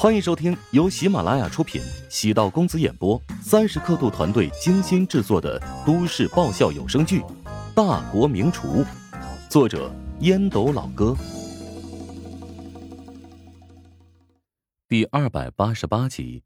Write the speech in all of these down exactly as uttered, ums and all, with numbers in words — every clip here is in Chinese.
欢迎收听由喜马拉雅出品，喜道公子演播，三十刻度团队精心制作的都市爆笑有声剧《大国名厨》，作者烟斗老哥。第二百八十八集。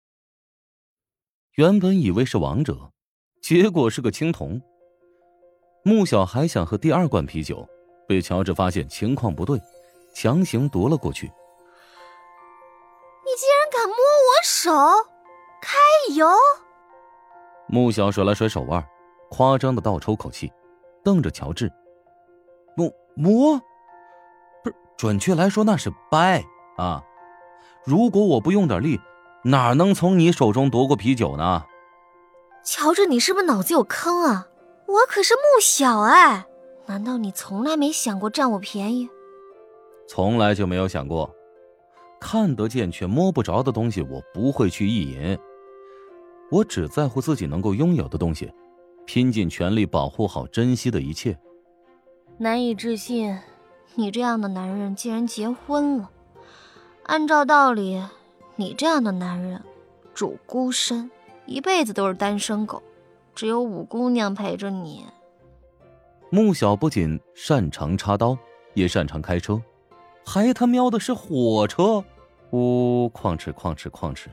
原本以为是王者，结果是个青铜。穆小还想喝第二罐啤酒，被乔治发现情况不对，强行夺了过去。 你竟然敢摸我手，开油！ 穆小甩了甩手腕，夸张的倒抽口气，瞪着乔治。摸摸？不是，准确来说那是掰啊！如果我不用点力，哪能从你手中夺过啤酒呢？ 乔治，你是不是脑子有坑啊？我可是穆小哎，难道你从来没想过占我便宜？ 从来就没有想过。看得见却摸不着的东西我不会去意淫，我只在乎自己能够拥有的东西，拼尽全力保护好珍惜的一切。 难以置信，你这样的男人竟然结婚了。按照道理，你这样的男人主孤身，一辈子都是单身狗，只有五姑娘陪着你。 穆小不仅擅长插刀，也擅长开车，还他喵的是火车，呜，哐哧哐哧哐哧。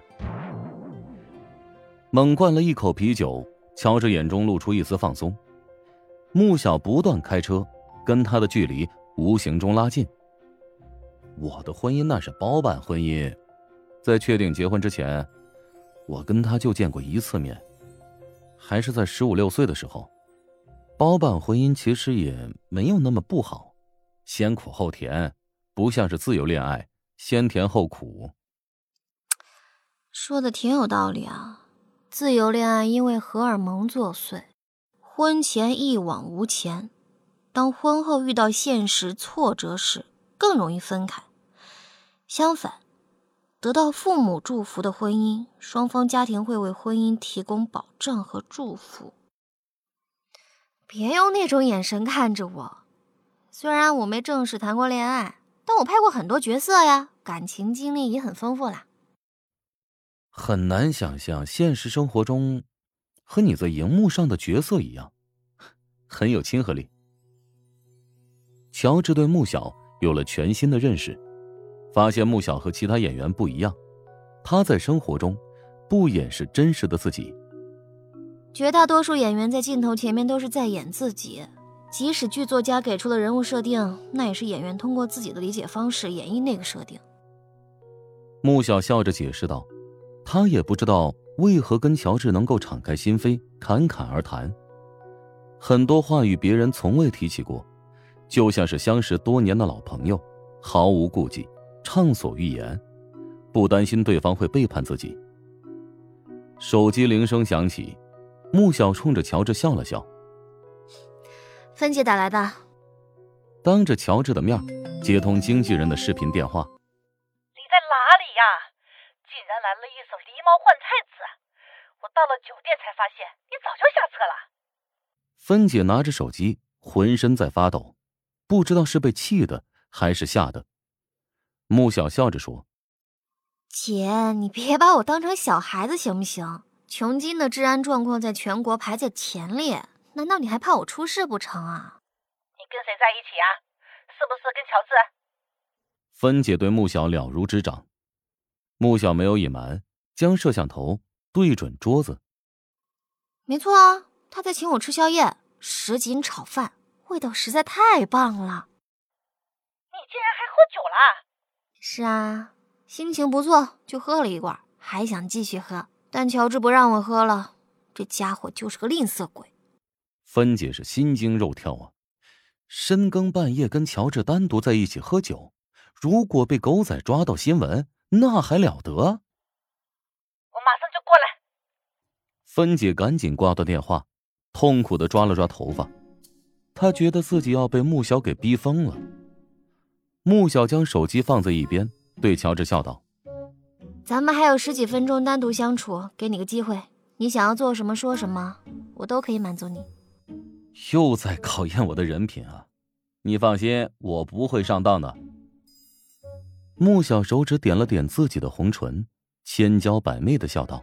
猛灌了一口啤酒，乔治眼中露出一丝放松。穆小不断开车，跟他的距离无形中拉近。我的婚姻那是包办婚姻，在确定结婚之前，我跟他就见过一次面，还是在十五六岁的时候。包办婚姻其实也没有那么不好，先苦后甜，不像是自由恋爱，先甜后苦。 说的挺有道理啊，自由恋爱因为荷尔蒙作祟，婚前一往无前，当婚后遇到现实挫折时，更容易分开。相反，得到父母祝福的婚姻，双方家庭会为婚姻提供保障和祝福。别用那种眼神看着我，虽然我没正式谈过恋爱，但我拍过很多角色呀，感情经历也很丰富啦。 很难想象现实生活中和你在荧幕上的角色一样，很有亲和力。乔治对穆小有了全新的认识，发现穆小和其他演员不一样，他在生活中不掩饰真实的自己。 绝大多数演员在镜头前面都是在演自己，即使剧作家给出了人物设定，那也是演员通过自己的理解方式演绎那个设定。 穆小笑着解释道，他也不知道为何跟乔治能够敞开心扉，侃侃而谈，很多话与别人从未提起过，就像是相识多年的老朋友，毫无顾忌，畅所欲言，不担心对方会背叛自己。手机铃声响起，穆小冲着乔治笑了笑。 芬姐打来的。 当着乔治的面接通经纪人的视频电话。 你在哪里呀？竟然来了一艘狸猫换太子！我到了酒店才发现你早就下车了。 芬姐拿着手机，浑身在发抖，不知道是被气的还是吓的。穆小笑着说， 姐，你别把我当成小孩子行不行？琼金的治安状况在全国排在前列，难道你还怕我出事不成啊？ 你跟谁在一起啊？是不是跟乔治？ 芬姐对穆小了如指掌。穆小没有隐瞒，将摄像头对准桌子。 没错啊，他在请我吃宵夜，什锦炒饭，味道实在太棒了。 你竟然还喝酒了？ 是啊，心情不错就喝了一罐，还想继续喝，但乔治不让我喝了，这家伙就是个吝啬鬼。 芬姐是心惊肉跳啊，深更半夜跟乔治单独在一起喝酒，如果被狗仔抓到新闻，那还了得？我马上就过来。 芬姐赶紧挂断电话，痛苦地抓了抓头发，她觉得自己要被穆小给逼疯了。穆小将手机放在一边，对乔治笑道， 咱们还有十几分钟单独相处，给你个机会，你想要做什么说什么，我都可以满足你。 又在考验我的人品啊！你放心，我不会上当的。 穆小手指点了点自己的红唇，千娇百媚的笑道：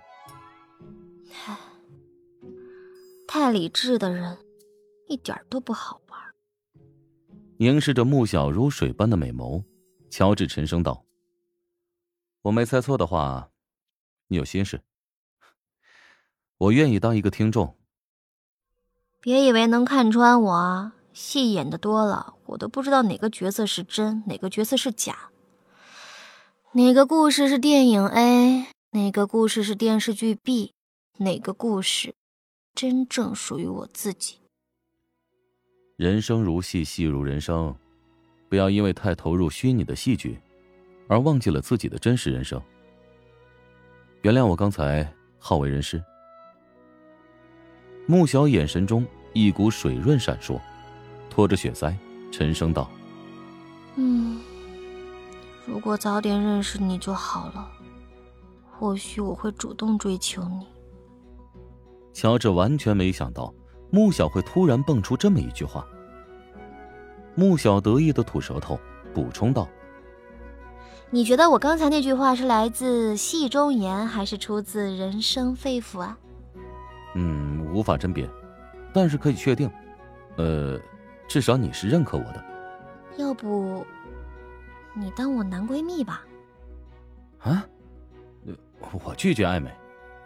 太理智的人一点都不好玩。 凝视着穆小如水般的美眸，乔治沉声道：我没猜错的话，你有心事。我愿意当一个听众。 别以为能看穿我啊，戏演的多了，我都不知道哪个角色是真，哪个角色是假，哪个故事是电影 A， 哪个故事是电视剧 B， 哪个故事真正属于我自己。 人生如戏，戏如人生，不要因为太投入虚拟的戏剧而忘记了自己的真实人生。原谅我刚才好为人师。穆小眼神中一股水润闪烁，拖着血腮沉声道： 嗯，如果早点认识你就好了，或许我会主动追求你。 乔治完全没想到穆小会突然蹦出这么一句话。穆小得意的吐舌头补充道： 你觉得我刚才那句话是来自戏中言，还是出自人生肺腑啊？ 嗯，无法甄别，但是可以确定，呃，至少你是认可我的。 要不你当我男闺蜜吧？ 啊？我拒绝暧昧。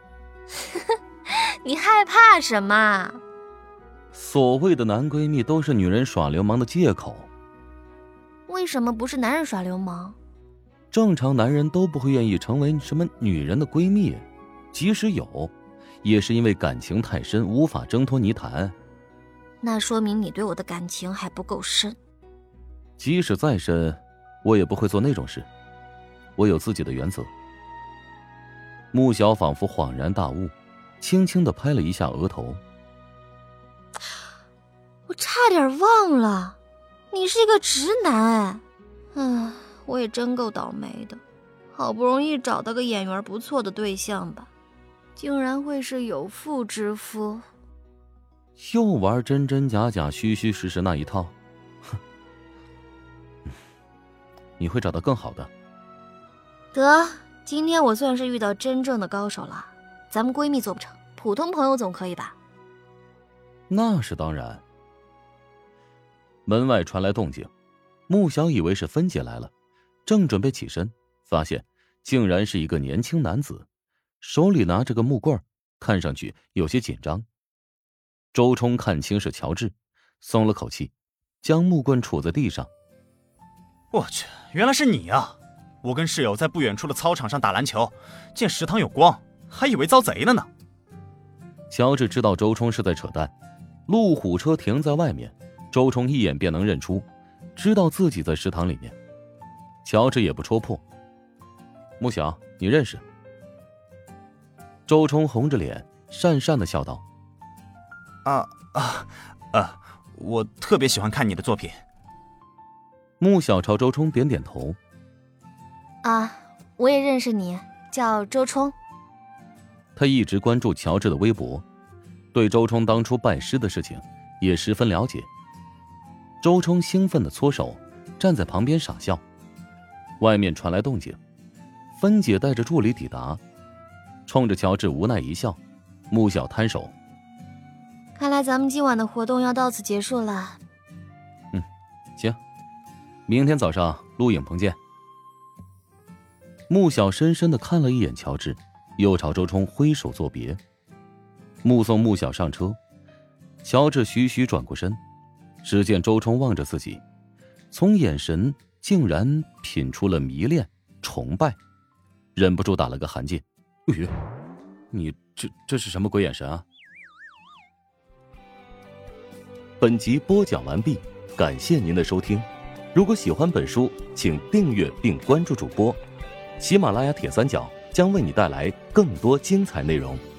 你害怕什么？ 所谓的男闺蜜都是女人耍流氓的借口。 为什么不是男人耍流氓？ 正常男人都不会愿意成为什么女人的闺蜜，即使有，也是因为感情太深，无法挣脱泥潭。 那说明你对我的感情还不够深。 即使再深，我也不会做那种事。我有自己的原则。穆小仿佛恍然大悟，轻轻地拍了一下额头。 我差点忘了，你是一个直男哎。唉，我也真够倒霉的，好不容易找到个眼缘不错的对象吧，竟然会是有妇之夫。 又玩真真假假虚虚实实那一套，哼！你会找到更好的。 得，今天我算是遇到真正的高手了。咱们闺蜜做不成，普通朋友总可以吧？ 那是当然。门外传来动静，穆小以为是芬姐来了，正准备起身，发现竟然是一个年轻男子，手里拿着个木棍，看上去有些紧张。周冲看清是乔治，松了口气，将木棍杵在地上。 我去，原来是你啊！我跟室友在不远处的操场上打篮球，见食堂有光，还以为遭贼了呢。 乔治知道周冲是在扯淡，路虎车停在外面，周冲一眼便能认出，知道自己在食堂里面。乔治也不戳破。穆小，你认识？周冲红着脸讪讪地笑道： 啊啊啊！我特别喜欢看你的作品。 穆小朝周冲点点头。 啊，我也认识你，叫周冲。 他一直关注乔治的微博，对周冲当初拜师的事情也十分了解。周冲兴奋地搓手，站在旁边傻笑。外面传来动静，芬姐带着助理抵达，冲着乔治无奈一笑。穆小摊手： 看来咱们今晚的活动要到此结束了。 嗯，行，明天早上录影棚见。穆小深深地看了一眼乔治，又朝周冲挥手作别。目送穆小上车，乔治徐徐转过身，只见周冲望着自己，从眼神竟然品出了迷恋、崇拜，忍不住打了个寒噤。吁，你这这是什么鬼眼神啊？本集播讲完毕，感谢您的收听。如果喜欢本书，请订阅并关注主播。喜马拉雅铁三角将为你带来更多精彩内容。